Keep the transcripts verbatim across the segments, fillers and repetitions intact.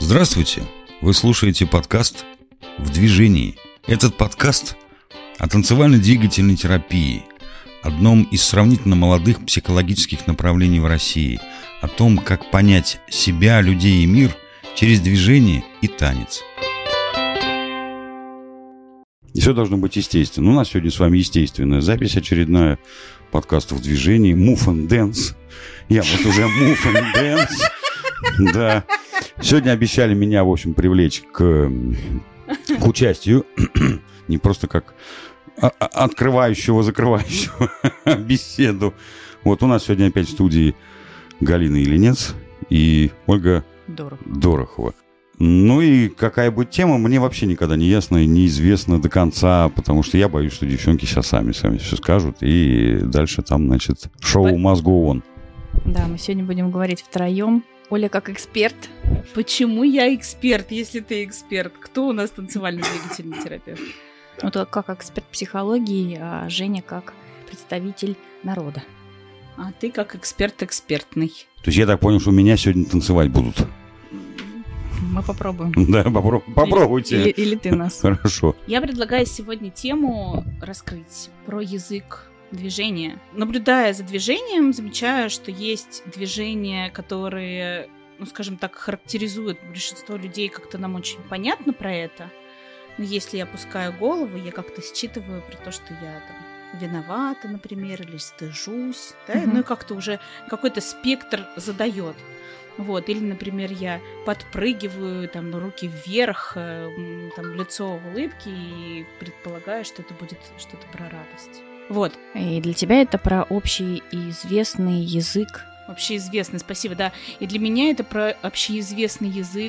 Здравствуйте! Вы слушаете подкаст «В движении». Этот подкаст о танцевально-двигательной терапии, одном из сравнительно молодых психологических направлений в России, о том, как понять себя, людей и мир через движение и танец. И все должно быть естественно. У нас сегодня с вами естественная запись очередная подкаста «В движении». Move and Dance. Я вот уже Move and Dance. Да. Сегодня обещали меня, в общем, привлечь к, к участию. Не просто как открывающего, закрывающего беседу. Вот у нас сегодня опять в студии Галина Ильинец и Ольга Дорохова. Дорохова. Ну и какая будет тема, мне вообще никогда не ясно и неизвестно до конца, потому что я боюсь, что девчонки сейчас сами, сами все скажут, и дальше там, значит, шоу must go on. Да, мы сегодня будем говорить втроем. Оля как эксперт. Почему я эксперт, если ты эксперт? Кто у нас танцевально-двигательный терапевт? Ну, то как эксперт психологии, а Женя как представитель народа. А ты как эксперт экспертный. То есть я так понял, что меня сегодня танцевать будут. Мы попробуем. Да, попро- попробуйте. Или, или, или ты нас. Хорошо. Я предлагаю сегодня тему раскрыть про язык движения. Наблюдая за движением, замечаю, что есть движения, которые, ну, скажем так, характеризуют большинство людей, как-то нам очень понятно про это. Но если я опускаю голову, я как-то считываю про то, что я там виновата, например, или стыжусь, да, mm-hmm. ну и как-то уже какой-то спектр задает. Вот, или, например, я подпрыгиваю, там, руки вверх, там, лицо в улыбке и предполагаю, что это будет что-то про радость. Вот. И для тебя это про общий и известный язык. Общеизвестный, спасибо, да. И для меня это про общеизвестный язык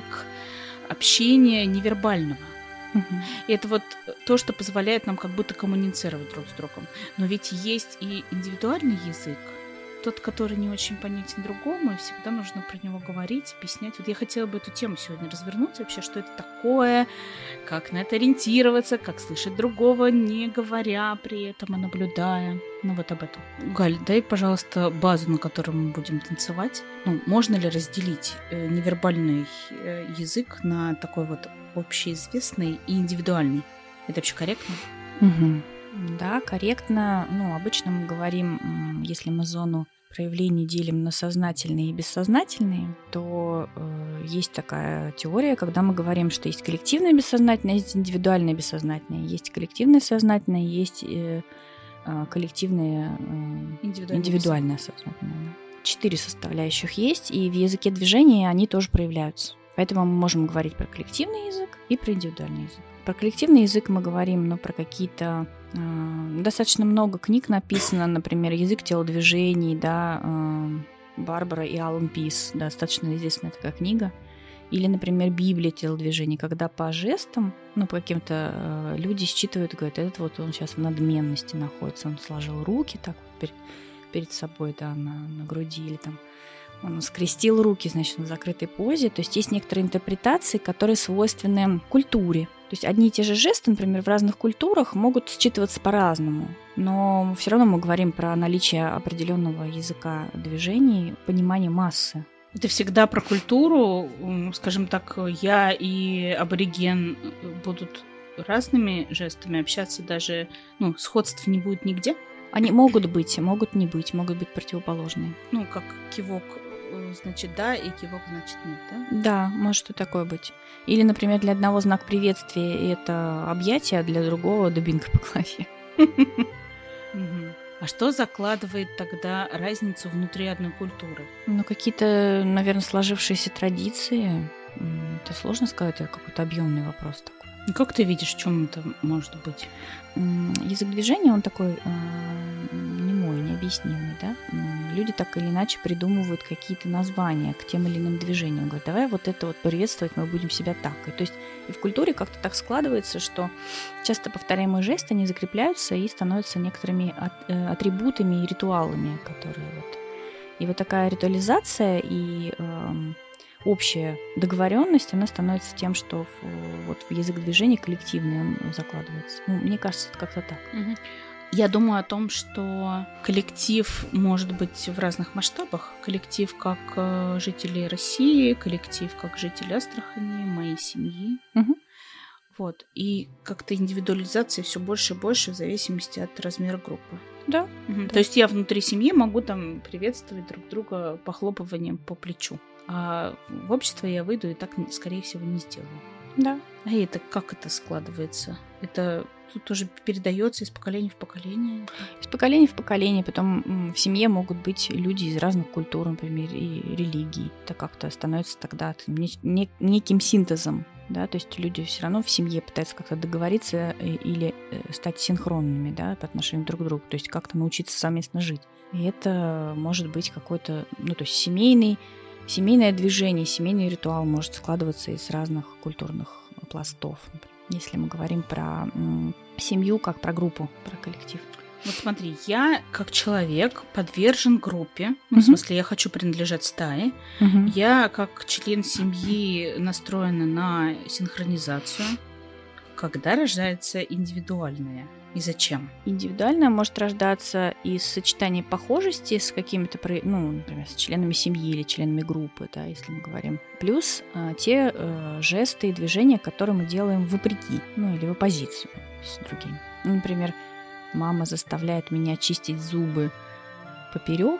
общения невербального. Угу. И это вот то, что позволяет нам как будто коммуницировать друг с другом. Но ведь есть и индивидуальный язык, тот, который не очень понятен другому, и всегда нужно про него говорить, объяснять. Вот я хотела бы эту тему сегодня развернуть вообще, что это такое, как на это ориентироваться, как слышать другого, не говоря при этом, а наблюдая. Ну вот об этом. Галь, дай, пожалуйста, базу, на которой мы будем танцевать. Ну, можно ли разделить э, невербальный э, язык на такой вот общеизвестный и индивидуальный? Это вообще корректно? Угу. Да, корректно. Ну, обычно мы говорим, если мы зону проявлений делим на сознательные и бессознательные, то э, есть такая теория, когда мы говорим, что есть коллективное бессознательное, есть индивидуальное бессознательное, есть коллективное сознательное, есть э, э, коллективное э, индивидуальное, индивидуальное сознательное. Четыре составляющих есть, и в языке движения они тоже проявляются. Поэтому мы можем говорить про коллективный язык и про индивидуальный язык. Про коллективный язык мы говорим, но про какие-то... Э, достаточно много книг написано, например, «Язык телодвижений», да, э, Барбара и Алан Пис, достаточно известная такая книга. Или, например, «Библия телодвижений», когда по жестам, ну, по каким-то э, люди считывают и говорят, этот вот он сейчас в надменности находится, он сложил руки так вот перед, перед собой, да, на, на груди, или там он скрестил руки, значит, в закрытой позе. То есть есть некоторые интерпретации, которые свойственны культуре. То есть одни и те же жесты, например, в разных культурах могут считываться по-разному. Но все равно мы говорим про наличие определенного языка движений, понимания массы. Это всегда про культуру. Скажем так, я и абориген будут разными жестами общаться, даже, ну, сходств не будет нигде. Они могут быть, могут не быть, могут быть противоположные. Ну, как кивок, значит, да, и кивок, значит, нет, да? Да, может и такое быть. Или, например, для одного знак приветствия это объятие, а для другого дубинка по голове. А что закладывает тогда разницу внутри одной культуры? Ну, какие-то, наверное, сложившиеся традиции. Это сложно сказать, это какой-то объемный вопрос такой. Как ты видишь, в чем это может быть? Язык движения, он такой э, немой, необъяснимый, да? Люди так или иначе придумывают какие-то названия к тем или иным движениям. Говорят, давай вот это вот приветствовать, мы будем себя так. И, то есть и в культуре как-то так складывается, что часто повторяемые жесты, они закрепляются и становятся некоторыми от, э, атрибутами и ритуалами, которые вот... И вот такая ритуализация и... Э, общая договоренность, она становится тем, что в, вот в язык движения коллективный он закладывается. Ну, мне кажется, это как-то так. Угу. Я думаю о том, что коллектив может быть в разных масштабах. Коллектив как э, жителей России, коллектив как жители Астрахани, моей семьи. Угу. Вот. И как-то индивидуализация все больше и больше в зависимости от размера группы. Да. Угу. Да. То есть я внутри семьи могу там приветствовать друг друга похлопыванием по плечу. А в общество я выйду и так, скорее всего, не сделаю. Да. А это как это складывается? Это тут тоже передается из поколения в поколение? Из поколения в поколение. Потом в семье могут быть люди из разных культур, например, и религий. Это как-то становится тогда неким синтезом. Да? То есть люди все равно в семье пытаются как-то договориться или стать синхронными, да, по отношению друг к другу. То есть как-то научиться совместно жить. И это может быть какой-то, ну, то есть семейный Семейное движение, семейный ритуал может складываться из разных культурных пластов. Если мы говорим про м, семью, как про группу, про коллектив. Вот смотри, я как человек подвержен группе, ну, uh-huh. в смысле, я хочу принадлежать стае. Uh-huh. Я как член семьи настроена на синхронизацию. Когда рождается индивидуальное? И зачем? Индивидуальное может рождаться из сочетания похожести с какими-то, ну, например, с членами семьи или членами группы, да, если мы говорим. Плюс э, те э, жесты и движения, которые мы делаем вопреки, ну, или в оппозицию с другими. Ну, например, мама заставляет меня чистить зубы поперек,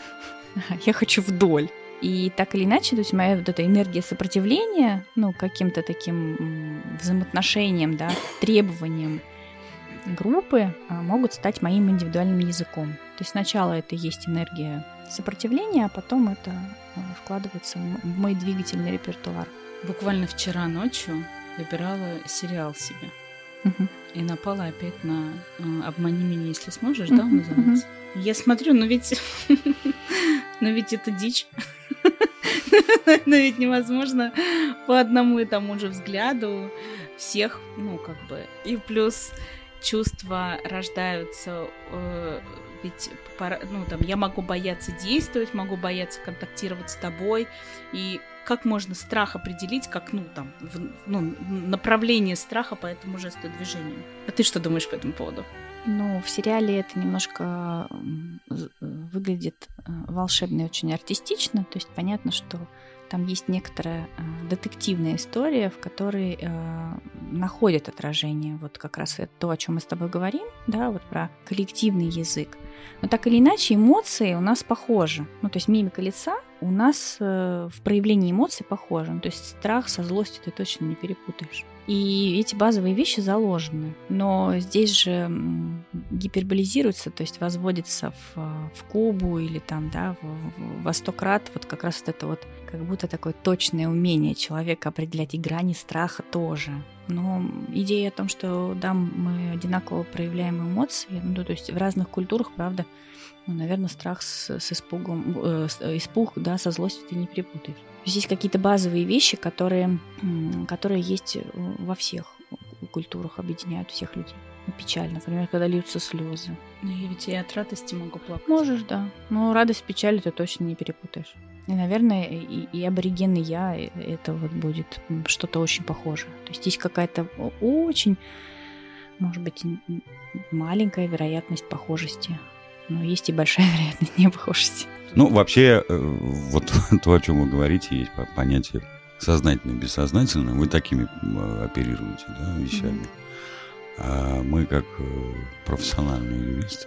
я хочу вдоль. И так или иначе, то есть моя вот эта энергия сопротивления, ну, каким-то таким взаимоотношениям, да, требованиям группы могут стать моим индивидуальным языком. То есть сначала это есть энергия сопротивления, а потом это вкладывается в мой двигательный репертуар. Буквально вчера ночью выбирала сериал себе. Uh-huh. И напала опять на «Обмани меня, если сможешь», uh-huh. да, он называется? Uh-huh. Я смотрю, ну ведь... но ведь это дичь. Но ведь невозможно по одному и тому же взгляду всех, ну, как бы... И плюс чувства рождаются... Э, ведь, ну, там, я могу бояться действовать, могу бояться контактировать с тобой. И как можно страх определить, как, ну, там, в, ну, направление страха по этому жесту движению? А ты что думаешь по этому поводу? Ну, в сериале это немножко выглядит волшебно и очень артистично. То есть понятно, что там есть некоторая э, детективная история, в которой э, находит отражение вот как раз это то, о чем мы с тобой говорим, да, вот про коллективный язык. Но так или иначе эмоции у нас похожи. Ну, то есть мимика лица у нас э, в проявлении эмоций похожа. Ну, то есть страх со злостью ты точно не перепутаешь. И эти базовые вещи заложены. Но здесь же гиперболизируется, то есть возводится в, в кубу или там, да, в, во сто крат вот как раз вот это вот как будто такое точное умение человека определять и грани страха тоже. Но идея о том, что да, мы одинаково проявляем эмоции, ну, то есть в разных культурах, правда, ну, наверное, страх с, с испугом, э, испуг, да, со злостью ты не перепутаешь. Здесь какие-то базовые вещи, которые, которые есть во всех культурах, объединяют всех людей. Печаль, например, когда льются слезы. Ну, я ведь и от радости могу плакать. Можешь, да. Но радость, печаль ты точно не перепутаешь. И, наверное, и, и абориген, и я, это вот будет что-то очень похожее. То есть есть какая-то очень, может быть, маленькая вероятность похожести. Но есть и большая вероятность непохожести. Ну, вообще, вот то, о чем вы говорите, есть понятие сознательное, бессознательное. Вы такими оперируете, да, вещами. Mm-hmm. А мы, как профессиональные юристы,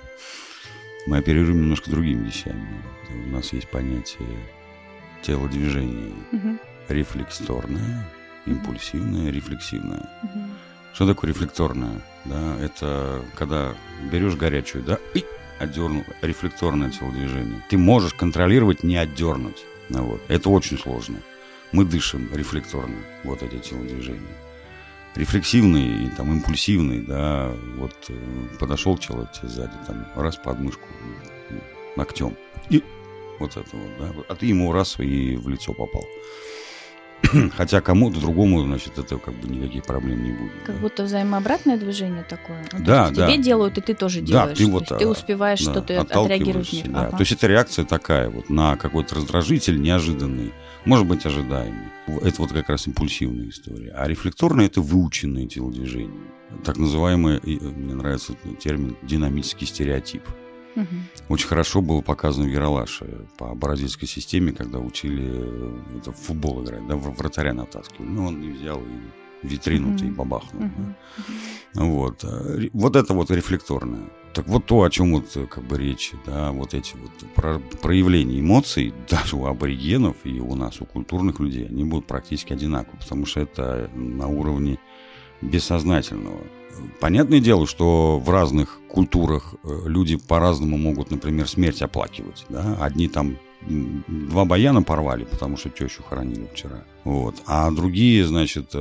мы оперируем немножко другими вещами. У нас есть понятие телодвижения. Mm-hmm. Рефлекторное, импульсивное, рефлексивное. Mm-hmm. Что такое рефлекторное? Да, это когда берешь горячую, да, и отдернул, рефлекторное телодвижение. Ты можешь контролировать, не отдернуть. Ну, вот. Это очень сложно. Мы дышим рефлекторно, вот эти телодвижения. Рефлексивный и там импульсивный, да, вот подошел человек тебе сзади, там, раз подмышку ногтем. И вот это вот, да. А ты ему раз и в лицо попал. Хотя кому-то другому, значит, это как бы никаких проблем не будет. Как будто взаимообратное движение такое. Ну, да, есть да. Тебе делают, и ты тоже делаешь. Да, ты, вот, ты успеваешь да, что-то отреагировать. Да. Ага. То есть это реакция такая вот на какой-то раздражитель неожиданный, может быть, ожидаемый. Это вот как раз импульсивная история. А рефлекторная – это выученные телодвижения. Так называемый, мне нравится термин, динамический стереотип. Угу. Очень хорошо было показано в Ералаше по бразильской системе, когда учили это, в футбол играть, да, вратаря натаскивали. Ну, он и взял, и витрину-то, mm-hmm. и бабахнул. Mm-hmm. Да. Вот. Вот это вот рефлекторное. Так вот то, о чем вот как бы речь, да, вот эти вот про- проявления эмоций, даже у аборигенов и у нас, у культурных людей, они будут практически одинаковы, потому что это на уровне бессознательного. Понятное дело, что в разных культурах люди по-разному могут, например, смерть оплакивать. Да? Одни там два баяна порвали, потому что тещу хоронили вчера. Вот. А другие, значит,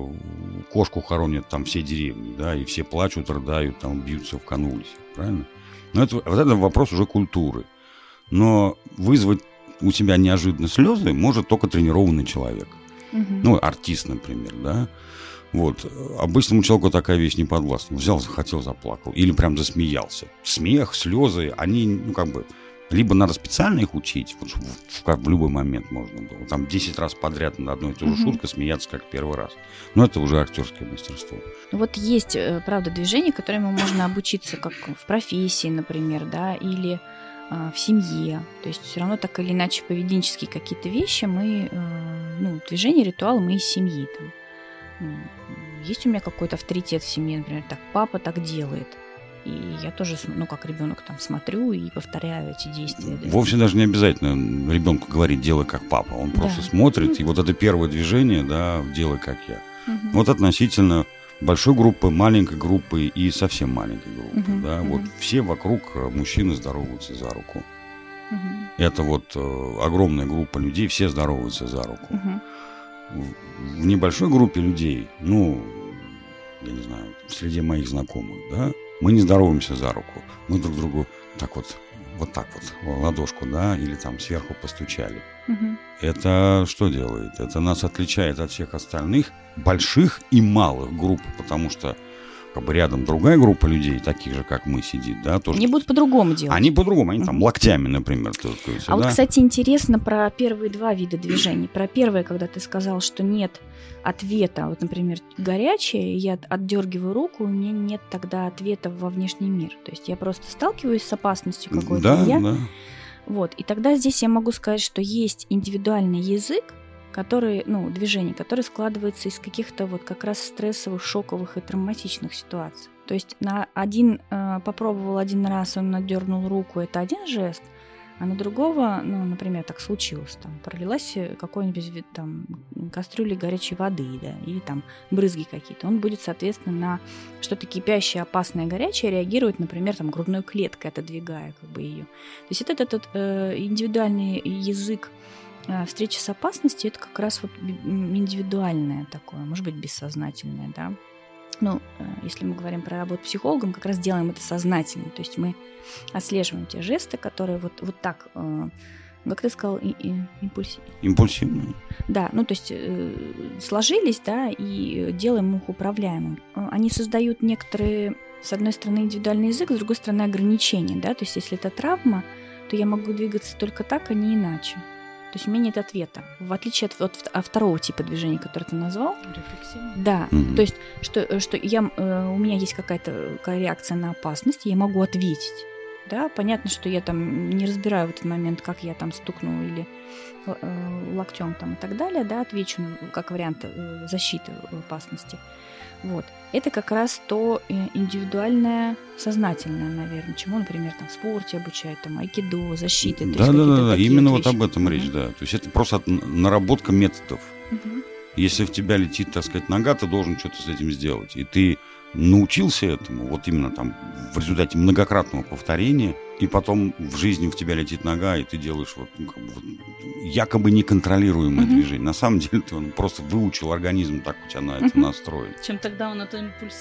кошку хоронят там все деревни, да, и все плачут, рыдают, там бьются в конвульсиях. Правильно? Но это, вот это вопрос уже культуры. Но вызвать у себя неожиданно слезы может только тренированный человек. Угу. Ну, артист, например, да. Вот. Обычному человеку такая вещь не подвластна. Взял, захотел, заплакал. Или прям засмеялся. Смех, слезы, они, ну, как бы... Либо надо специально их учить, вот, в, как в любой момент можно было. Там десять раз подряд на одну и ту же uh-huh. шутку смеяться, как первый раз. Но это уже актерское мастерство. Вот есть, правда, движения, которыми можно обучиться, как в профессии, например, да, или э, в семье. То есть все равно так или иначе поведенческие какие-то вещи мы, э, ну, движения, ритуалы мы из семьи. Там. Есть у меня какой-то авторитет в семье, например, так папа так делает. И я тоже, ну, как ребенок, там смотрю и повторяю эти действия. Вовсе даже не обязательно ребенку говорить «делай как папа». Он просто да. смотрит, mm-hmm. и вот это первое движение, да, «делай как я». Mm-hmm. Вот относительно большой группы, маленькой группы и совсем маленькой группы. Mm-hmm. Да, mm-hmm. Вот все вокруг мужчины здороваются за руку. Mm-hmm. Это вот э, огромная группа людей, все здороваются за руку. Mm-hmm. В, в небольшой группе людей, ну, я не знаю, среди моих знакомых, да, мы не здороваемся за руку. Мы друг другу так вот, вот так вот, ладошку, да, или там сверху постучали. Угу. Это что делает? Это нас отличает от всех остальных больших и малых групп, потому что как бы рядом другая группа людей, таких же, как мы, сидит, да, тоже. Они будут по-другому делать. Они по-другому, они угу. там локтями, например. Только, а вот, кстати, интересно про первые два вида движений. Про первое, когда ты сказал, что нет ответа, вот, например, горячее, я отдергиваю руку, у меня нет тогда ответа во внешний мир. То есть я просто сталкиваюсь с опасностью какой-то. Да, я... да. Вот. И тогда здесь я могу сказать, что есть индивидуальный язык, который, ну, движение, которое складывается из каких-то вот как раз стрессовых, шоковых и травматичных ситуаций. То есть на один э, попробовал один раз, он отдернул руку, это один жест, а на другого, ну, например, так случилось, там, пролилась какой-нибудь там кастрюля горячей воды, да, или там брызги какие-то, он будет, соответственно, на что-то кипящее, опасное, горячее реагировать, например, там, грудной клеткой, отодвигая как бы ее. То есть это этот э, индивидуальный язык э, встречи с опасностью, это как раз вот индивидуальное такое, может быть, бессознательное, да. Ну, если мы говорим про работу психологом, как раз делаем это сознательно. То есть мы отслеживаем те жесты, которые вот, вот так, как ты сказал, и, и, импульсивные. Импульсивные. Да, ну то есть сложились, да, и делаем их управляемым. Они создают некоторые, с одной стороны, индивидуальный язык, с другой стороны, ограничения, да. То есть если это травма, то я могу двигаться только так, а не иначе. То есть у меня нет ответа. В отличие от, от, от второго типа движения, который ты назвал. Рефлексивно. Да. Mm-hmm. То есть, что, что я, у меня есть какая-то какая реакция на опасность, я могу ответить. Да, понятно, что я там не разбираю в этот момент, как я там стукну или э, локтем там и так далее, да, отвечу как вариант э, защиты опасности. Вот. Это как раз то индивидуальное, сознательное, наверное, чему, например, там в спорте обучают, там айкидо, защиты. Да, да, да, да, именно вот об этом uh-huh. речь, да. То есть это просто наработка методов. Uh-huh. Если в тебя летит, так сказать, нога, ты должен что-то с этим сделать. И ты научился этому, вот именно там в результате многократного повторения, и потом в жизни в тебя летит нога, и ты делаешь вот, ну, как бы, вот якобы неконтролируемое mm-hmm. движение. На самом деле ты он просто выучил организм, так у тебя на это mm-hmm. настроен. Чем тогда он от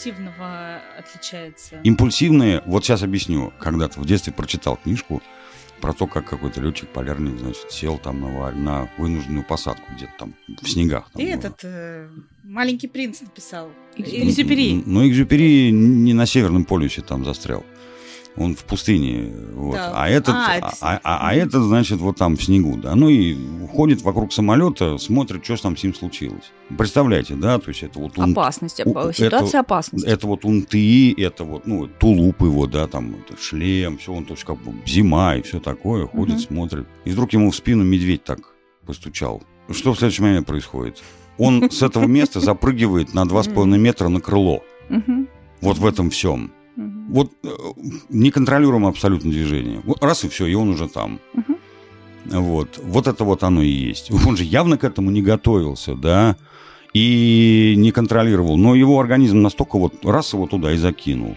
импульсивного отличается? Импульсивные, вот сейчас объясню, когда-то в детстве прочитал книжку про то, как какой-то летчик-полярник, значит, сел там на, на вынужденную посадку где-то там в снегах. Там И было. этот э, «Маленький принц» написал. Экзюпери. Экзюпери. Ну, Экзюпери не на Северном полюсе там застрял. Он в пустыне, вот. Да. А, этот, А, а, это- а, а, а этот, значит, вот там в снегу, да. Ну и ходит вокруг самолета, смотрит, что там с ним случилось. Представляете, да, то есть это вот он, Опасность, у- опа- ситуация это- опасности. это вот унты, это вот, ну, тулуп его, да, там, это шлем, все, он, то есть как бы зима и все такое, ходит, Мгм. смотрит. И вдруг ему в спину медведь так постучал. Что в следующий момент происходит? Он с этого места запрыгивает на два с половиной метра на крыло. Мгм. Вот в этом всем. Мгм. Вот э, неконтролируемое абсолютно движение. Вот раз и все, и он уже там. Мгм. Вот. Вот это вот оно и есть. Он же явно к этому не готовился, да, и не контролировал. Но его организм настолько вот раз его туда и закинул.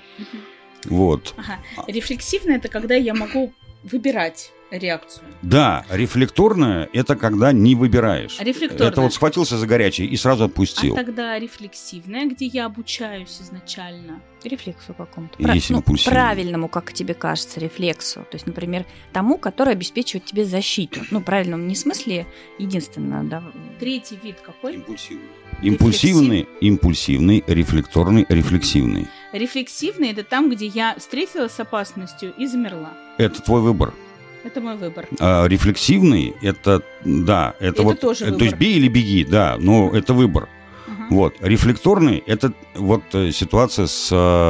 Вот. Ага. Рефлексивно — это когда я могу выбирать реакцию. Да, рефлекторное – это когда не выбираешь. Рефлекторное. Это вот схватился за горячее и сразу отпустил. А тогда рефлексивное, где я обучаюсь изначально. Рефлексу какому-то. И Пра- есть ну, импульсивный. правильному, как тебе кажется, рефлексу. То есть, например, тому, который обеспечивает тебе защиту. Ну, правильному не в смысле единственно, да. Третий вид какой? Импульсивный. Импульсивный, импульсивный, рефлекторный, рефлексивный. Рефлексивный — это там, где я встретилась с опасностью и замерла. Это твой выбор. Это мой выбор. А рефлексивный – это, да, это, Это вот, тоже э, то выбор. есть бей или беги, да, но это выбор. Ага. Вот. Рефлекторный – это вот э, ситуация с,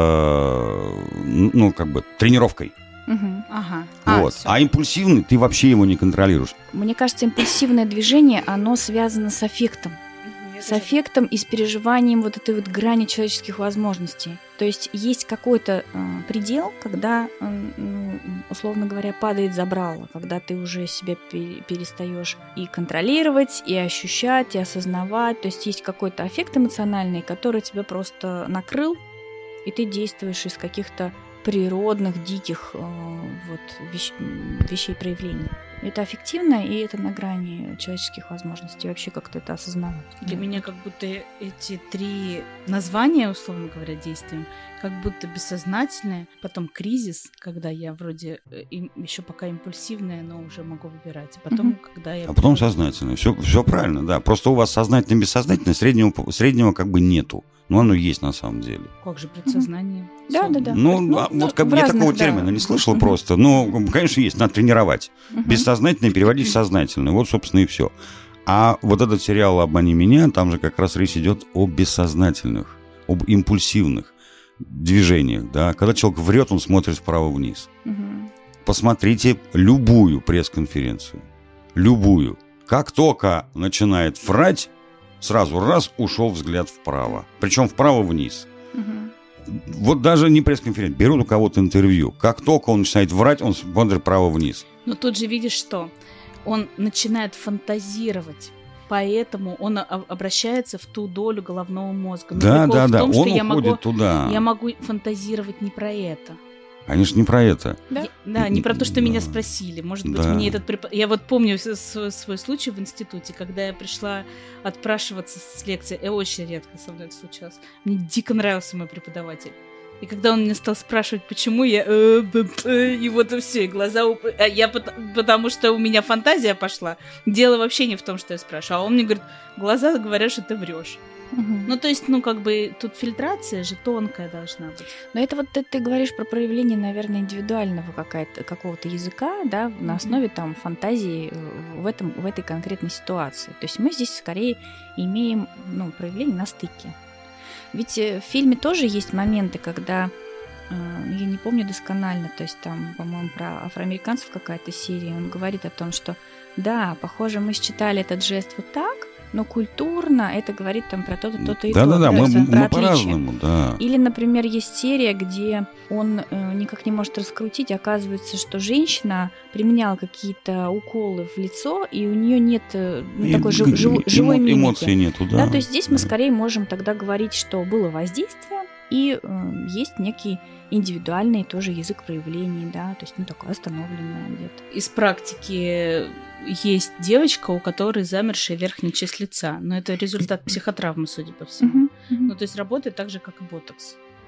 э, ну, как бы, тренировкой. Мгм. Ага. Вот. всё. А импульсивный – ты вообще его не контролируешь. Мне кажется, импульсивное движение, оно связано с аффектом. Мгм, я С тоже- аффектом и с переживанием вот этой вот грани человеческих возможностей. То есть есть какой-то э, предел, когда, э, ну, условно говоря, падает забрало, когда ты уже себя пе- перестаешь и контролировать, и ощущать, и осознавать. То есть есть какой-то аффект эмоциональный, который тебя просто накрыл, и ты действуешь из каких-то природных, диких э, вот, вещ- вещей проявлений. Это аффективно, и это на грани человеческих возможностей. Вообще как-то это осознавать. Для меня как будто эти три названия, условно говоря, действием, как будто бессознательные, потом кризис, когда я вроде еще пока импульсивная, но уже могу выбирать, и потом, Мгм. когда я... А потом сознательное. Все, все правильно, да. Просто у вас сознательное и бессознательное, среднего, среднего как бы нету. Но оно есть на самом деле. Как же предсознание? Да, да, да. Ну, Ну, а ну, вот как в бы я разных, такого да. термина не слышал Мгм. просто. Но, конечно, есть, надо тренировать. Мгм. Бессознательное переводить в сознательное. Вот, собственно, и все. А вот этот сериал «Обмани меня», там же как раз речь идет о бессознательных, об импульсивных движениях. Да? Когда человек врет, он смотрит вправо-вниз. Мгм. Посмотрите любую пресс-конференцию. Любую. Как только начинает врать, сразу раз ушел взгляд вправо. Причем вправо-вниз. Мгм. Вот даже не пресс-конференция, берут у кого-то интервью. Как только он начинает врать, он смотрит вправо-вниз. Но тут же видишь, что он начинает фантазировать, поэтому он о- обращается в ту долю головного мозга. Но Да, прикол да, в да, том, он что уходит я могу, туда. я могу фантазировать не про это. Конечно, не про это. Да. Я- да, не про то, что меня Да. спросили. Может быть, Да. мне этот препод... Я вот помню с- с- свой случай в институте, когда я пришла отпрашиваться с лекции. И очень редко со мной это случалось. Мне дико нравился мой преподаватель. И когда он меня стал спрашивать, почему я... э, б- п- И вот и все, и глаза... уп- а я пот- Потому что у меня фантазия пошла. Дело вообще не в том, что я спрашиваю. А он мне говорит, глаза говорят, что ты врешь. Мгм. Ну, то есть, ну, как бы, тут фильтрация же тонкая должна быть. Но это вот ты, ты говоришь про проявление, наверное, индивидуального какая-то, какого-то языка, да, Мгм. на основе там фантазии э, в, этом, в этой конкретной ситуации. То есть мы здесь скорее имеем ну, проявление на стыке. Ведь э, в фильме тоже есть моменты, когда, э, я не помню досконально, то есть там, по-моему, про афроамериканцев какая-то серия, он говорит о том, что да, похоже, мы считали этот жест вот так, но культурно это говорит там про то-то, то-то и то. Да-да-да, то мы, есть он про мы отличия. по-разному, да. Или, например, есть серия, где он э, никак не может раскрутить, оказывается, что женщина применяла какие-то уколы в лицо, и у нее нет э, ну, И- такой жив- эмо- жив- живой мимики. Эмоций нету, да. Да, то есть здесь мы Да. скорее можем тогда говорить, что было воздействие, и э, есть некий индивидуальный тоже язык проявлений, да, то есть ну такое остановленное где-то. Из практики есть девочка, у которой замершая верхняя часть лица, но это результат психотравмы, судя по всему. Ну, то есть работает так же, как и ботокс.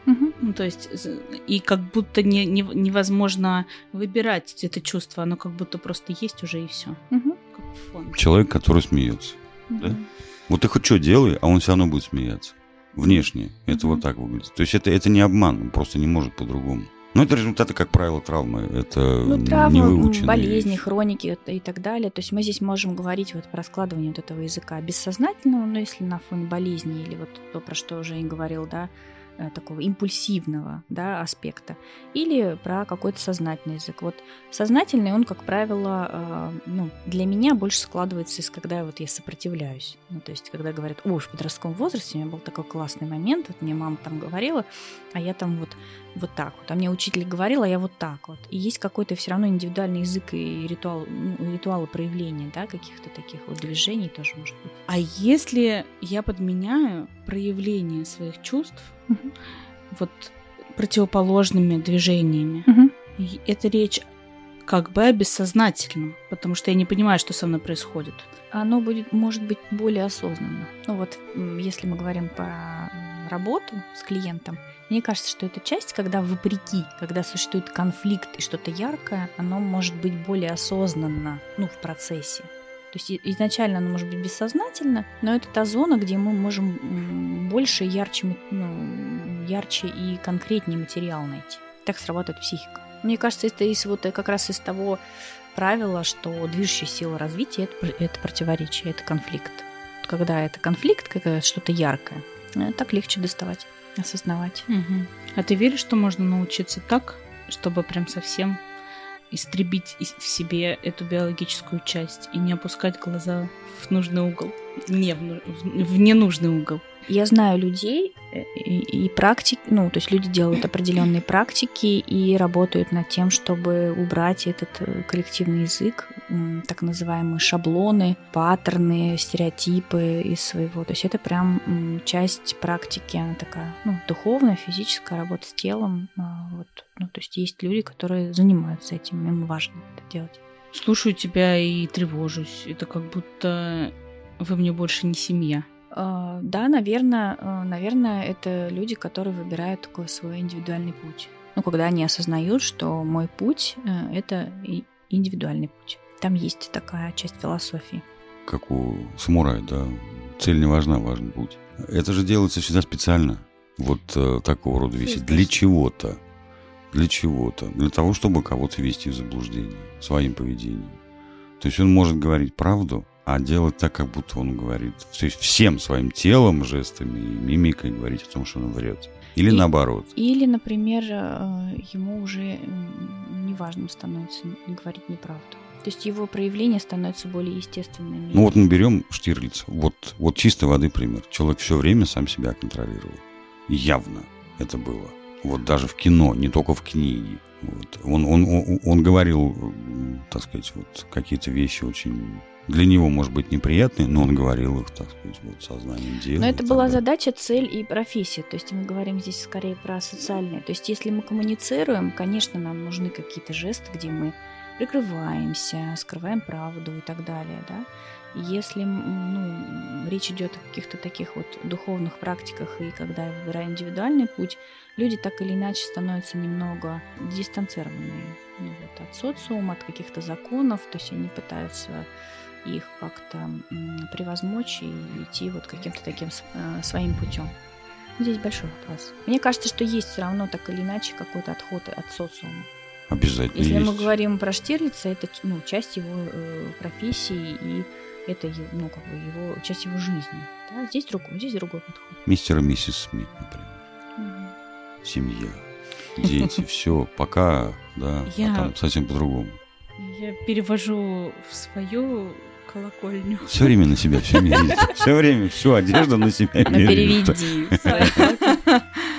Угу. Ну, то есть, и как будто не, не, невозможно выбирать это чувство, оно как будто просто есть уже и все. Угу. Как фон. Человек, который смеется. Угу. Да? Вот ты хоть что делай, а он все равно будет смеяться. Внешне. Это Мгм. вот так выглядит. То есть это, это не обман, он просто не может по-другому. Но это результаты, как правило, травмы. Это Ну, не травмы, м, выученные болезни, вещи. хроники и так далее. То есть мы здесь можем говорить вот про складывание вот этого языка бессознательного, но если на фоне болезни или вот то, про что Жень говорил, да, э, такого импульсивного, да, аспекта, или про какой-то сознательный язык. Вот сознательный, он, как правило, э, ну, для меня больше складывается из когда вот я сопротивляюсь. Ну, то есть, когда говорят, ой, в подростковом возрасте у меня был такой классный момент, вот мне мама там говорила, а я там вот вот так вот. А мне учитель говорил, а я вот так вот. И есть какой-то все равно индивидуальный язык и ритуал, ну, ритуалы проявления, да, каких-то таких вот движений тоже может быть. А если я подменяю проявление своих чувств Мгм. вот противоположными движениями, Мгм. и это речь как бы о бессознательном, потому что я не понимаю, что со мной происходит. Оно будет, может быть более осознанно. Ну вот, м, если мы говорим про м, работу с клиентом, мне кажется, что эта часть, когда вопреки, когда существует конфликт и что-то яркое, оно может быть более осознанно, ну, в процессе. То есть и- изначально оно может быть бессознательно, но это та зона, где мы можем м, больше, ярче, м- ну, ярче и конкретнее материал найти. Так срабатывает психика. Мне кажется, это из вот э, как раз из того правила, что движущая сила развития это, пр- это противоречие, это конфликт. Когда это конфликт, когда что-то яркое, э, так легче доставать, осознавать. А ты веришь, что можно научиться так, чтобы прям совсем истребить из- в себе эту биологическую часть и не опускать глаза в нужный угол, не в, ну- в- в ненужный угол? Я знаю людей э, и, и практик, ну, то есть люди делают определенные практики и работают над тем, чтобы убрать этот э, коллективный язык, м, так называемые шаблоны, паттерны, стереотипы из своего. То есть это прям м, часть практики, она такая, ну, духовная, физическая, работа с телом. а, Вот. Ну, то есть есть люди, которые занимаются этим, им важно это делать. Слушаю тебя и тревожусь. Это как будто вы мне больше не семья. А, Да, наверное, наверное, это люди, которые выбирают такой свой индивидуальный путь. Ну, когда они осознают, что мой путь э, – это и- индивидуальный путь. Там есть такая часть философии. Как у самурая, да. Цель не важна, важен путь. Это же делается всегда специально. Вот э, такого рода вещи. Есть, Для есть. чего-то. Для чего-то. Для того, чтобы кого-то ввести в заблуждение своим поведением. То есть он может говорить правду, а делать так, как будто он говорит. То есть всем своим телом, жестами и мимикой говорить о том, что он врет. Или И- наоборот. Или, например, э, ему уже м, неважным становится н- говорить неправду. То есть его проявления становятся более естественными. Ну вот мы берем Штирлица. Вот, вот чистой воды пример. Человек все время сам себя контролировал. Явно это было. Вот даже в кино, не только в книге. Вот. Он, он, он, он говорил, м, так сказать, вот какие-то вещи очень... Для него, может быть, неприятные, но он говорил их, так сказать, вот сознанием дела. Но и это так была далее. задача, цель и профессия. То есть мы говорим здесь скорее про социальные. То есть если мы коммуницируем, конечно, нам нужны какие-то жесты, где мы прикрываемся, скрываем правду и так далее, да. И если м, ну, речь идет о каких-то таких вот духовных практиках, и когда я выбираю индивидуальный путь, люди так или иначе становятся немного дистанцированные ну, вот, от социума, от каких-то законов, то есть они пытаются их как-то м, превозмочь и идти вот каким-то таким с- э, своим путем. Здесь большой вопрос. Мне кажется, что есть все равно так или иначе какой-то отход от социума. Обязательно Если есть. мы говорим про Штирлица, это ну, часть его э, профессии и это е- ну, как бы его, часть его жизни. Да? Здесь, другой, здесь другой подход. Мистер и миссис Смит, например. Мгм. Семья, дети, все, пока, да, Я- а там совсем по-другому. Я перевожу в свою колокольню. Все время на себя все меряет. Все время всю одежду на себя Ну, меряет. переведи.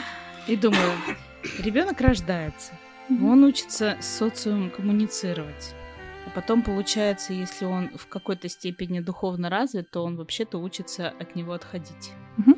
И думаю, ребенок рождается, он учится с социумом коммуницировать. А потом, получается, если он в какой-то степени духовно развит, то он вообще-то учится от него отходить.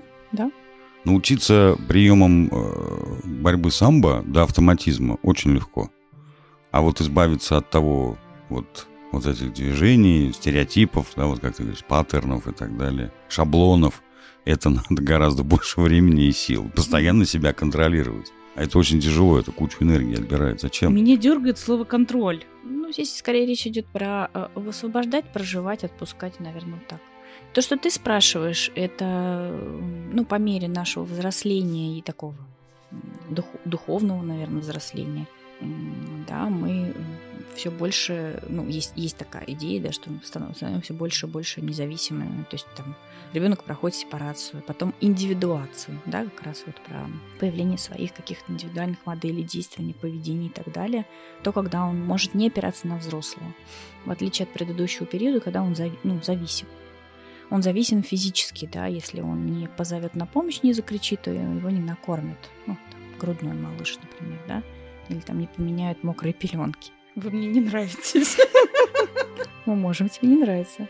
Научиться приемам э, борьбы самбо до автоматизма очень легко. А вот избавиться от того, вот, вот этих движений, стереотипов, да, вот как ты говоришь, паттернов и так далее, шаблонов, это надо гораздо больше времени и сил. Постоянно себя контролировать. А это очень тяжело, это кучу энергии отбирает. Зачем? Меня дергает слово «контроль». Ну, здесь скорее речь идет про э, высвобождать, проживать, отпускать, наверное, так. То, что ты спрашиваешь, это, ну, по мере нашего взросления и такого дух, духовного, наверное, взросления, да, мы все больше, ну, есть, есть такая идея, да, что мы становимся все больше и больше независимыми. То есть там ребенок проходит сепарацию, потом индивидуацию, да, как раз вот про появление своих каких-то индивидуальных моделей действий, поведений и так далее, то когда он может не опираться на взрослого, в отличие от предыдущего периода, когда он зави- ну, зависим. Он зависим физически, да, если он не позовет на помощь, не закричит, то его не накормят. Ну, там, грудной малыш, например, да, или там не поменяют мокрые пеленки. Вы мне не нравитесь. Мы можем, тебе не нравится.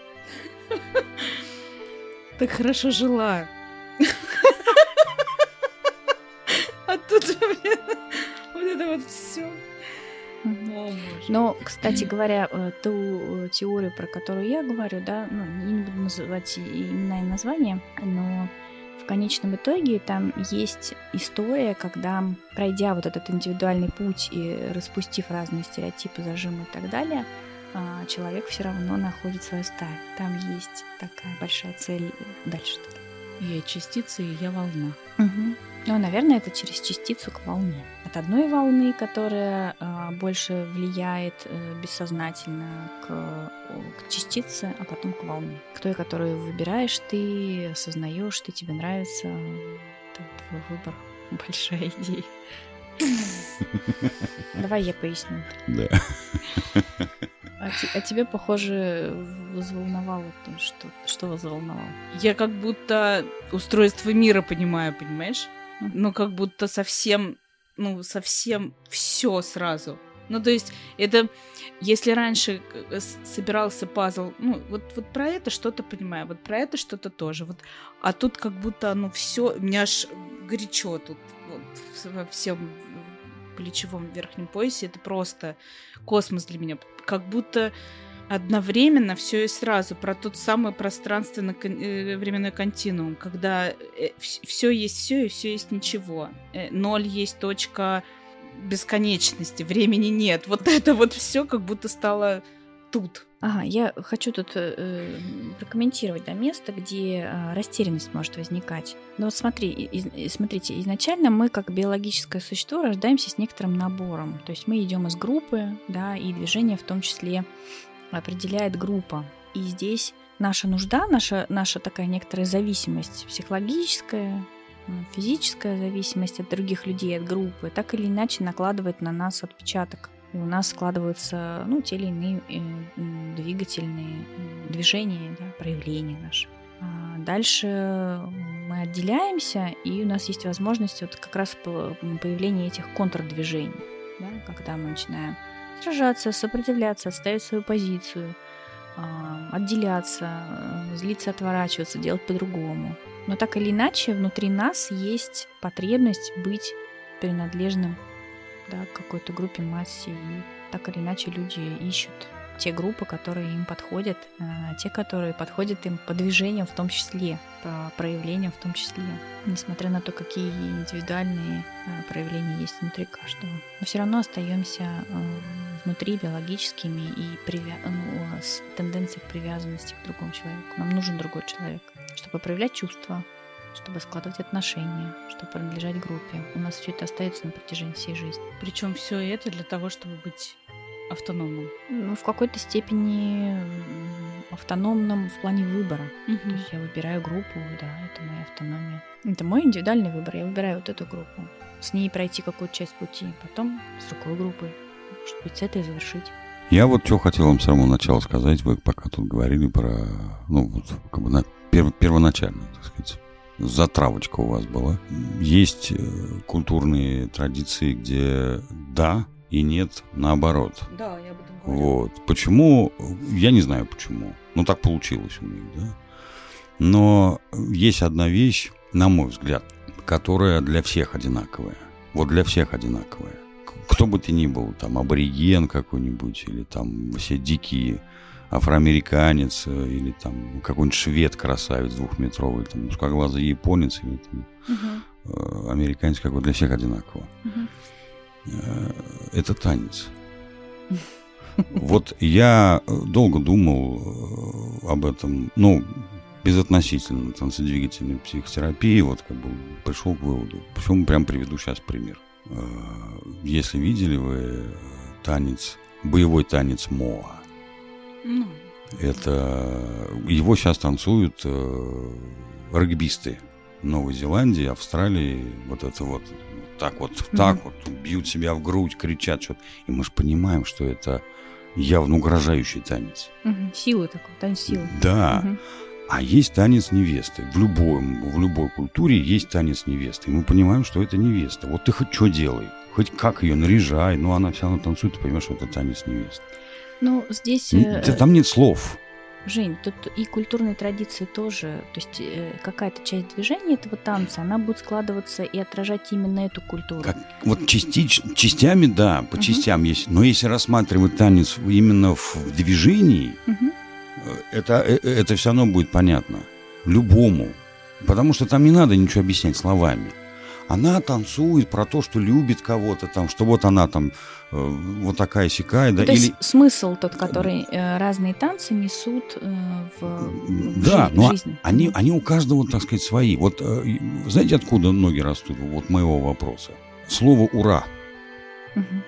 Так хорошо жила. А тут, блин, вот это вот все. Но, кстати говоря, ту теорию, про которую я говорю, да, ну, я не буду называть имена и названия, но в конечном итоге там есть история, когда, пройдя вот этот индивидуальный путь и распустив разные стереотипы, зажимы и так далее, человек все равно находит свою стаю. Там есть такая большая цель дальше. Я частица, и я волна. Угу. Ну, наверное, это через частицу к волне. От одной волны, которая э, больше влияет э, бессознательно к, к частице, а потом к волне. К той, которую выбираешь ты, осознаешь, ты, тебе нравится. Это твой выбор. Большая идея. Давай я поясню. Да. А, те, а тебе, похоже, взволновало то, что, что взволновало? Я как будто устройство мира понимаю, понимаешь? Ну, как будто совсем, ну, совсем все сразу. Ну, то есть, это, если раньше собирался пазл, ну, вот, вот про это что-то понимаю, вот про это что-то тоже. Вот, а тут как будто оно все, у меня аж горячо тут, вот, во всем плечевом верхнем поясе. Это просто космос для меня. Как будто одновременно все и сразу про тот самый пространственно-временной континуум, когда все есть все и все есть ничего. Ноль есть точка бесконечности, времени нет. Вот это вот все как будто стало тут. Ага, я хочу тут э, прокомментировать, да, место, где э, растерянность может возникать. Но вот смотри, из, смотрите, изначально мы, как биологическое существо, рождаемся с некоторым набором. То есть мы идем из группы, да, и движение в том числе определяет группа. И здесь наша нужда, наша, наша такая некоторая зависимость психологическая, физическая зависимость от других людей, от группы, так или иначе накладывает на нас отпечаток. И у нас складываются, ну, те или иные э, двигательные движения, да, проявления наши. А дальше мы отделяемся, и у нас есть возможность вот как раз появления этих контрдвижений, да, когда мы начинаем сражаться, сопротивляться, отставить свою позицию, э, отделяться, э, злиться, отворачиваться, делать по-другому. Но так или иначе внутри нас есть потребность быть принадлежным, да, к какой-то группе, массе, и так или иначе люди ищут те группы, которые им подходят, а те, которые подходят им по движениям в том числе, по проявлениям в том числе, несмотря на то, какие индивидуальные проявления есть внутри каждого. Мы все равно остаемся внутри биологическими и привя... ну, с тенденцией к привязанности к другому человеку. Нам нужен другой человек, чтобы проявлять чувства, чтобы складывать отношения, чтобы принадлежать группе. У нас все это остается на протяжении всей жизни. Причем все это для того, чтобы быть автономным. Ну, в какой-то степени автономным в плане выбора. Угу. То есть я выбираю группу, да, это моя автономия. Это мой индивидуальный выбор. Я выбираю вот эту группу. С ней пройти какую-то часть пути, потом с другой группой. Может быть, с этой завершить. Я вот что хотел вам с самого начала сказать. Вы пока тут говорили про, ну, вот, как бы на перв, первоначально, так сказать, затравочка у вас была. Есть культурные традиции, где да и нет наоборот. Да, я об этом говорю. Вот. Почему? Я не знаю почему. Ну, так получилось у них, да. Но есть одна вещь, на мой взгляд, которая для всех одинаковая. Вот для всех одинаковая. Кто бы ты ни был, там, абориген какой-нибудь, или там все дикие афроамериканец э, или там какой-нибудь швед-красавец двухметровый, там, узкоглазый японец или там, Мгм. э, американец какой, для всех одинаково. Мгм. Э, это танец. Вот я долго думал э, об этом, ну, безотносительно танцедвигательной психотерапии, вот как бы пришел к выводу. Почему прям приведу сейчас пример. Э, Если видели вы танец, боевой танец Моа, Ну, это его сейчас танцуют э, регбисты Новой Зеландии, Австралии, вот это вот так вот, Мгм. так вот бьют себя в грудь, кричат что-то. И мы же понимаем, что это явно угрожающий танец. Мгм. Силы такой, танец силы. Да. Мгм. А есть танец невесты. В, любом, в любой культуре есть танец невесты. И мы понимаем, что это невеста. Вот ты хоть что делай, хоть как ее наряжай, но она все равно танцует, ты понимаешь, что это танец невесты. Ну, здесь, Н- э, да Там нет слов. Жень, тут и культурные традиции тоже, то есть э, какая-то часть движения этого танца, она будет складываться и отражать именно эту культуру. Как, вот частич, частями, да, по Мгм. частям есть. Но если рассматривать танец именно в, в движении, Мгм. э, это, э, это все равно будет понятно. Любому. Потому что там не надо ничего объяснять словами. Она танцует про то, что любит кого-то, там, что вот она там э, вот такая сякая, да, Ну, то или... есть смысл тот, который э, разные танцы несут э, в, в Да, жи- но жизни. они, Мгм. они у каждого, так сказать, свои. Вот э, знаете, откуда ноги растут? Вот моего вопроса. Слово «ура». Мгм.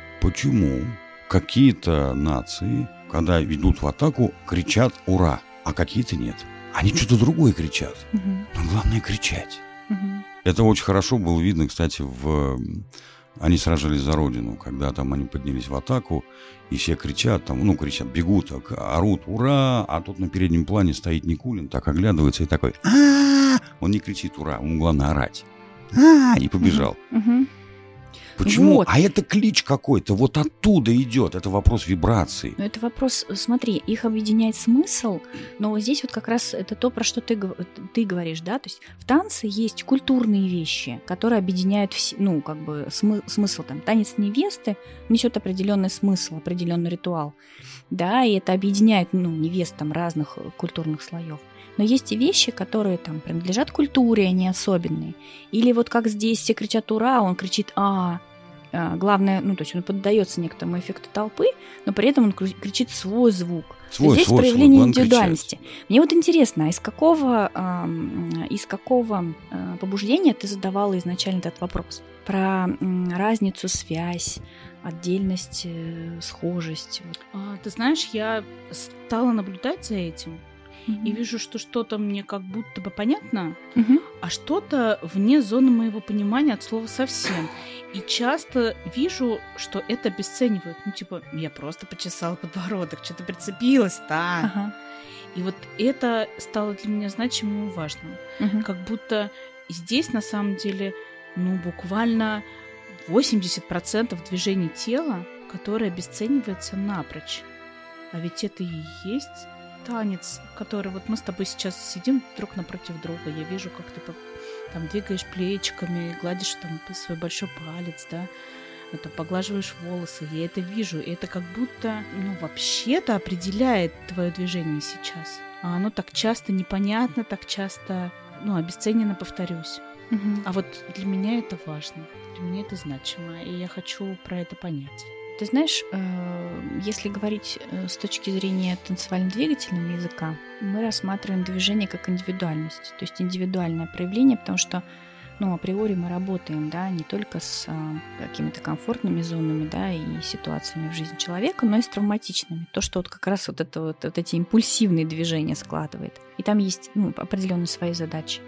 Почему какие-то нации, когда идут в атаку, кричат «ура», а какие-то нет? Они что-то другое кричат. Мгм. Но главное кричать. Мгм. Это очень хорошо было видно, кстати, в... Они сражались за родину, когда там они поднялись в атаку, и все кричат, там, ну, кричат, бегут, так, орут «Ура!», а тут на переднем плане стоит Никулин, так оглядывается и такой «А-а-а!». Он не кричит «Ура!», ему главное орать. «А-а-а!» И побежал. Мгм. Почему? Вот. А это клич какой-то, вот оттуда идет, это вопрос вибраций. Но это вопрос, смотри, их объединяет смысл, но вот здесь вот как раз это то, про что ты, гов- ты говоришь, да, то есть в танце есть культурные вещи, которые объединяют, все, ну, как бы смы- смысл, там, танец невесты несет определенный смысл, определенный ритуал, да, и это объединяет, ну, невест там разных э, культурных слоев. Но есть и вещи, которые там принадлежат культуре, они особенные. Или вот как здесь все кричат «Ура!», он кричит «А!», А, главное, ну, то есть он поддается некоторому эффекту толпы, но при этом он кру- кричит свой звук. Свой, Здесь свой, проявление свой, главное индивидуальности. Мне вот интересно, а из какого, ам, из какого а, побуждения ты задавала изначально этот вопрос? Про м, разницу, связь, отдельность, э, схожесть. Вот. а, ты знаешь, я стала наблюдать за этим и вижу, что что-то мне как будто бы понятно, Мгм. а что-то вне зоны моего понимания от слова совсем. И часто вижу, что это обесценивают. Ну, типа, я просто почесала подбородок, что-то прицепилось-то. Ага. И вот это стало для меня значимым и важным. Мгм. Как будто здесь, на самом деле, ну, буквально восемьдесят процентов движений тела, которое обесценивается напрочь. А ведь это и есть танец, который вот мы с тобой сейчас сидим друг напротив друга. Я вижу, как ты там двигаешь плечиками, гладишь там свой большой палец, да, там поглаживаешь волосы. Я это вижу, и это как будто, ну, вообще-то определяет твое движение сейчас. А оно так часто непонятно, так часто, ну, обесценено, повторюсь. Мгм. А вот для меня это важно, для меня это значимо, и я хочу про это понять. Ты знаешь, э, если говорить э, с точки зрения танцевально-двигательного языка, мы рассматриваем движение как индивидуальность, то есть индивидуальное проявление, потому что, ну, априори мы работаем, да, не только с а, какими-то комфортными зонами, да, и ситуациями в жизни человека, но и с травматичными. То, что вот как раз вот, это вот, вот эти импульсивные движения складывает. И там есть, ну, определенные свои задачи.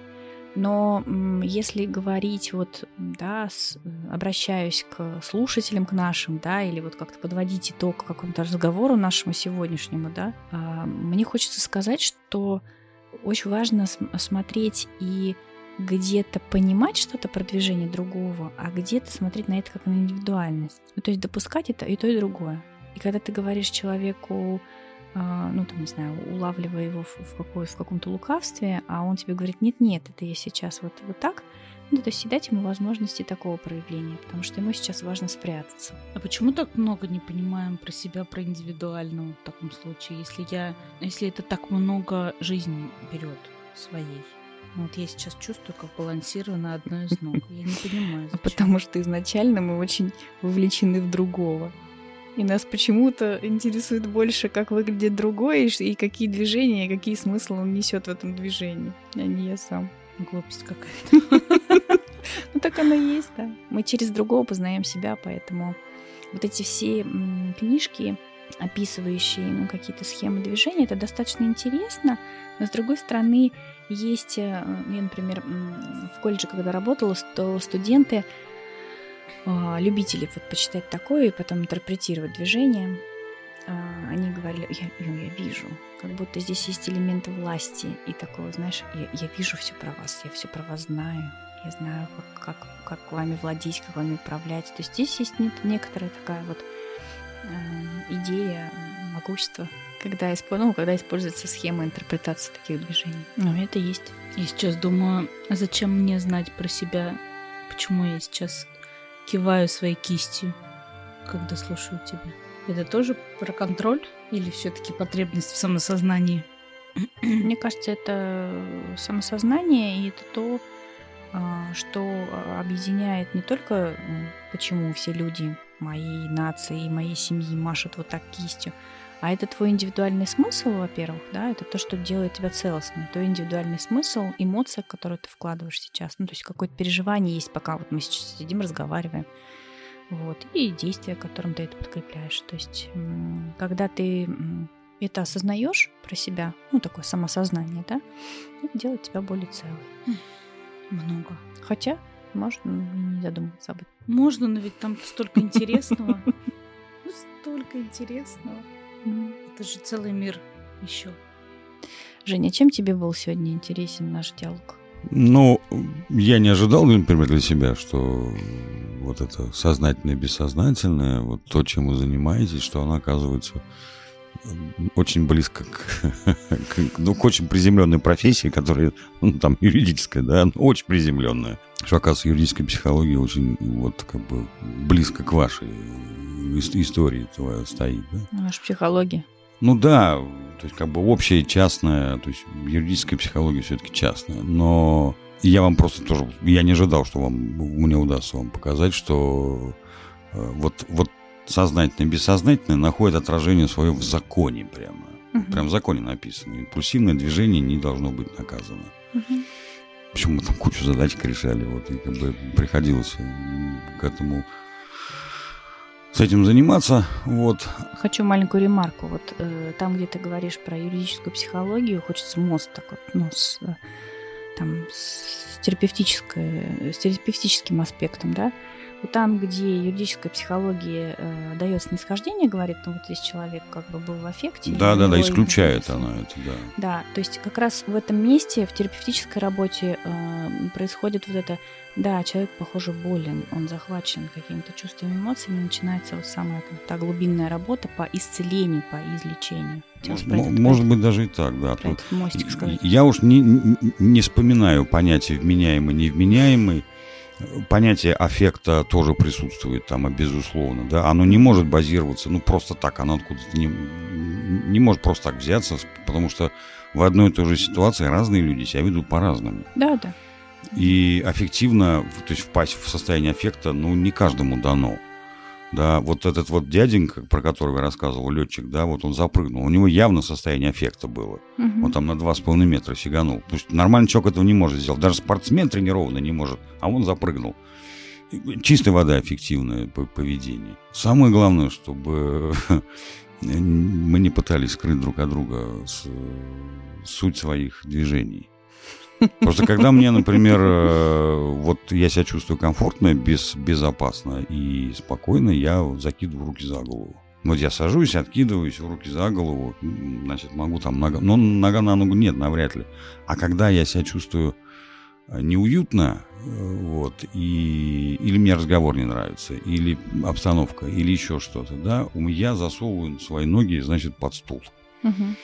Но м, если говорить, вот, да, с, обращаюсь к слушателям, к нашим, да, или вот как-то подводить итог к какому-то разговору нашему сегодняшнему, да, а, мне хочется сказать, что очень важно см- смотреть и где-то понимать что-то про движение другого, а где-то смотреть на это как на индивидуальность. Ну, то есть допускать это и то, и другое. И когда ты говоришь человеку, ну, там, не знаю, улавливая его в, в, какой, в каком-то лукавстве, а он тебе говорит, нет-нет, это я сейчас вот, вот так, Ну, то есть и дать ему возможности такого проявления, потому что ему сейчас важно спрятаться. А почему так много не понимаем про себя, про индивидуального в таком случае, если я, если это так много жизни берет своей? Ну, вот я сейчас чувствую, как балансирую на одной из ног. Я не понимаю, зачем. Потому что изначально мы очень вовлечены в другого. И нас почему-то интересует больше, как выглядит другой, и какие движения, и какие смыслы он несет в этом движении, а не я сам. Глупость какая-то. Ну, так оно и есть, да. Мы через другого познаем себя, поэтому вот эти все книжки, описывающие ну, какие-то схемы движения, это достаточно интересно, но, с другой стороны, есть, я, например, в колледже, когда работала, то студенты, любители вот почитать такое и потом интерпретировать движение, они говорили, я, я вижу, как будто здесь есть элементы власти и такого, знаешь, я, я вижу все про вас, я все про вас знаю, я знаю, как, как, как вами владеть, как вами управлять. То есть здесь есть некоторая такая вот э, идея могущества, когда, ну, когда используется схема интерпретации таких движений. Ну, это есть. Я сейчас думаю, а зачем мне знать про себя, почему я сейчас киваю своей кистью, когда слушаю тебя? Это тоже про контроль или все-таки потребность в самосознании? Мне кажется, это самосознание, и это то, что объединяет не только почему все люди моей нации, моей семьи машут вот так кистью, а это твой индивидуальный смысл, во-первых, да, это то, что делает тебя целостным, твой индивидуальный смысл, эмоция, которую ты вкладываешь сейчас, ну, то есть какое-то переживание есть, пока вот мы сейчас сидим, разговариваем. Вот, и действия, которым ты это подкрепляешь. То есть, когда ты это осознаешь про себя, ну, такое самосознание, да, это делает тебя более целым. Много. Хотя можно не задумываться об этом. Можно, но ведь там столько интересного. Столько интересного. Это же целый мир еще. Женя, чем тебе был сегодня интересен наш диалог? Ну, я не ожидал, например, для себя, что вот это сознательное, бессознательное, вот то, чем вы занимаетесь, что оно оказывается очень близко к, к, ну, к очень приземленной профессии, которая, ну, там, юридическая, да, очень приземленная. Что, оказывается, юридическая психология очень, вот, как бы, близко к вашей истории твоей стоит, да? Наша психология. Ну да, то есть как бы общая, частная, то есть юридическая психология все-таки частная, но я вам просто тоже, я не ожидал, что вам, мне удастся вам показать, что э, вот, вот сознательное и бессознательное находит отражение свое в законе прямо, uh-huh. прям в законе написано, импульсивное движение не должно быть наказано. Uh-huh. Причем мы там кучу задачек решали, вот, и как бы приходилось к этому... с этим заниматься, вот. Хочу маленькую ремарку. Вот э, там, где ты говоришь про юридическую психологию, хочется мост так вот, ну, с, там, с, терапевтической, с терапевтическим аспектом, да. Вот там, где юридическая психология э, дает снисхождение, говорит, ну, вот здесь человек как бы был в аффекте. Да, да, да, исключает она это, да. Да, то есть как раз в этом месте, в терапевтической работе э, происходит вот это. Да, человек, похоже, болен, он захвачен какими-то чувствами, эмоциями, начинается вот самая там, та глубинная работа по исцелению, по излечению. Может, м- может быть, даже и так, да. Про этот мостик сказать. Я уж не, не, не вспоминаю понятие вменяемый, невменяемый. Понятие аффекта тоже присутствует там, безусловно, да. Оно не может базироваться, ну, просто так, оно откуда-то не, не может просто так взяться, потому что в одной и той же ситуации разные люди себя ведут по-разному. Да, да. И аффективно, то есть впасть в состояние аффекта, ну, не каждому дано. Да, вот этот вот дяденька, про которого я рассказывал, летчик, да, вот он запрыгнул, у него явно состояние аффекта было. Uh-huh. Он там на два с половиной метра сиганул. То есть нормальный человек этого не может сделать. Даже спортсмен тренированный не может, а он запрыгнул. Чистой воды аффективное поведение. Самое главное, чтобы мы не пытались скрыть друг от друга суть своих движений. Просто когда мне, например, вот я себя чувствую комфортно, без, безопасно и спокойно, я закидываю руки за голову. Вот я сажусь, откидываюсь, руки за голову, значит, могу там нога... Но нога на ногу нет, навряд ли. А когда я себя чувствую неуютно, вот, и... или мне разговор не нравится, или обстановка, или еще что-то, да, я засовываю свои ноги, значит, под стул. Угу.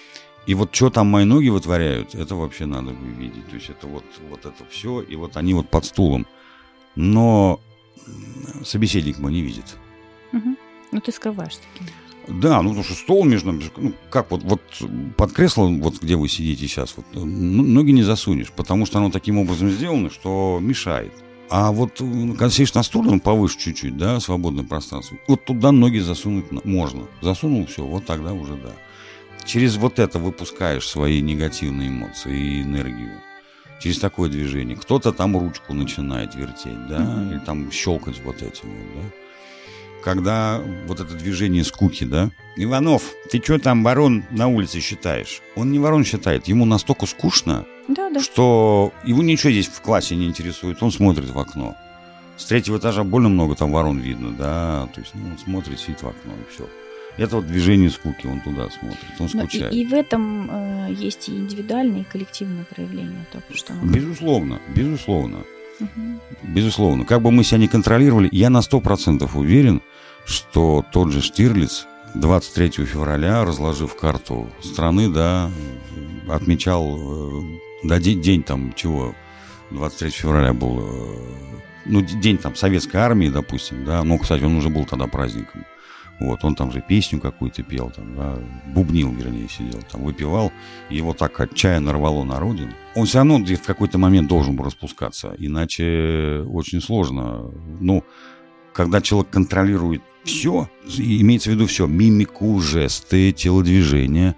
И вот что там мои ноги вытворяют, это вообще надо бы видеть. То есть это вот, вот это все, и вот они вот под стулом. Но собеседник мой не видит. Угу. Ну, ты скрываешь таким. Да, ну потому что стол между нами, ну как вот, вот под кресло, вот где вы сидите сейчас, вот, ноги не засунешь, потому что оно таким образом сделано, что мешает. А вот когда сидишь на стуле, он повыше чуть-чуть, да, свободное пространство, вот туда ноги засунуть можно. Засунул, все, вот тогда уже да. Через вот это выпускаешь свои негативные эмоции и энергию. Через такое движение. Кто-то там ручку начинает вертеть, да, mm-hmm. или там щелкать вот этим, да. Когда вот это движение скуки, да. Иванов, ты что там ворон на улице считаешь? Он не ворон считает, ему настолько скучно, да, да. что его ничего здесь в классе не интересует, он смотрит в окно. С третьего этажа больно много там ворон видно, да, то есть ну, он смотрит, сидит в окно и все. Это вот движение скуки, он туда смотрит, он скучает. И, и в этом э, есть и индивидуальное, и коллективное проявление. То, что мы... Безусловно, безусловно. Угу. Безусловно. Как бы мы себя не контролировали, я на сто процентов уверен, что тот же Штирлиц двадцать третьего февраля, разложив карту страны, да, отмечал, да, день, день там чего, двадцать третьего февраля был, ну, день там советской армии, допустим, да, ну, кстати, он уже был тогда праздником. Вот, он там же песню какую-то пел, там, да, бубнил, вернее, сидел, там, выпивал, и его так отчаянно рвало на родину. Он все равно в какой-то момент должен был распускаться, иначе очень сложно. Ну, когда человек контролирует все, имеется в виду все, мимику, жесты, телодвижения,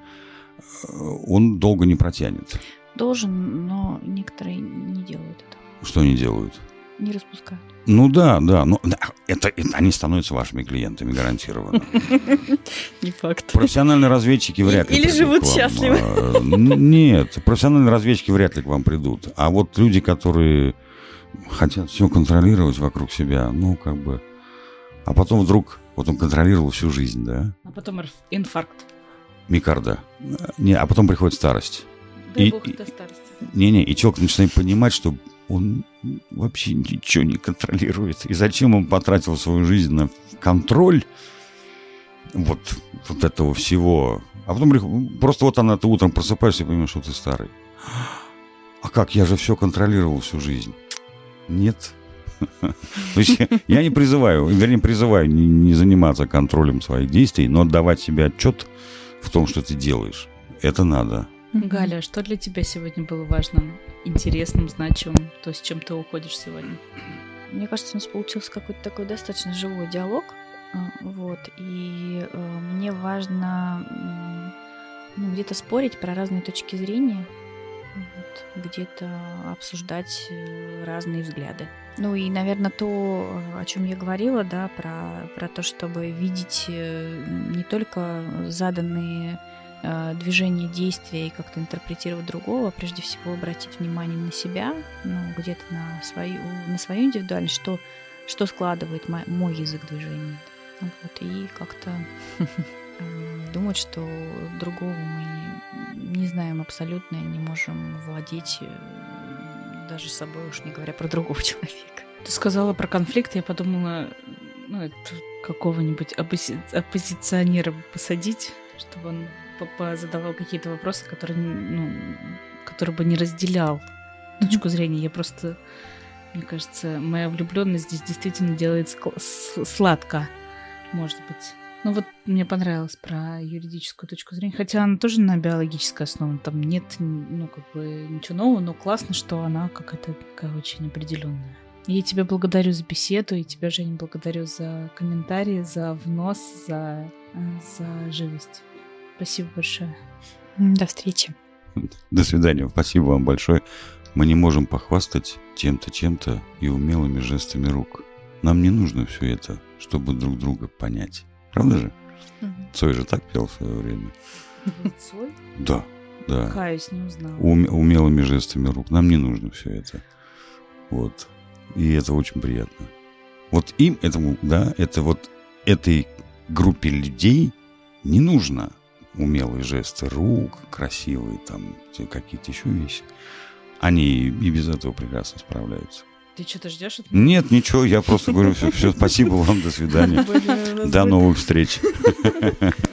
он долго не протянет. Должен, но некоторые не делают этого. Что они делают? Не распускают. Ну да, да, но да, это, это они становятся вашими клиентами, гарантированно. Не факт. Профессиональные разведчики вряд ли Или живут счастливо. Нет, профессиональные разведчики вряд ли к вам придут. А вот люди, которые хотят все контролировать вокруг себя, ну как бы... А потом вдруг, вот он контролировал всю жизнь, да? А потом инфаркт. Миокарда. Не, а потом приходит старость. Дай и, бог до старости. Не-не, и человек начинает понимать, что он вообще ничего не контролирует. И зачем он потратил свою жизнь на контроль вот, вот этого всего? А потом просто вот она, ты утром просыпаешься и понимаешь, что ты старый. А как? Я же все контролировал всю жизнь. Нет. То есть я не призываю, вернее, призываю не, не заниматься контролем своих действий, но отдавать себе отчет в том, что ты делаешь. Это надо. Галя, что для тебя сегодня было важным, интересным, значимым, то, с чем ты уходишь сегодня? Мне кажется, у нас получился какой-то такой достаточно живой диалог. Вот, и э, мне важно ну, где-то спорить про разные точки зрения, вот, где-то обсуждать разные взгляды. Ну и, наверное, то, о чем я говорила, да, про, про то, чтобы видеть не только заданные движение, действия и как-то интерпретировать другого, а прежде всего обратить внимание на себя, ну, где-то на свою, на свою индивидуальность, что, что складывает мой, мой язык движения. Вот, и как-то думать, что другого мы не знаем абсолютно, не можем владеть даже собой, уж не говоря про другого человека. Ты сказала про конфликт, я подумала, ну, это какого-нибудь оппози- оппозиционера посадить, чтобы он задавал какие-то вопросы, которые, ну, которые бы не разделял mm-hmm. точку зрения. Я просто, мне кажется, моя влюбленность здесь действительно делает ск- сладко, может быть. Ну вот мне понравилось про юридическую точку зрения, хотя она тоже на биологической основе, там нет, ну, как бы ничего нового, но классно, что она какая-то такая очень определенная. Я тебя благодарю за беседу, и тебя, Женя, благодарю за комментарии, за внос, за, за живость. Спасибо большое. До встречи. До свидания. Спасибо вам большое. Мы не можем похвастать чем-то, чем-то и умелыми жестами рук. Нам не нужно все это, чтобы друг друга понять. Правда же? Угу. Цой же так пел в свое время. Цой? Да, да. Каюсь, не узнала. Ум, умелыми жестами рук. Нам не нужно все это. Вот. И это очень приятно. Вот им, этому, да, это вот этой группе людей не нужно умелые жесты рук, красивые там, какие-то еще вещи. Они и без этого прекрасно справляются. Ты что-то ждешь от меня? Нет, ничего, я просто говорю все, все, спасибо вам, до свидания. До новых встреч.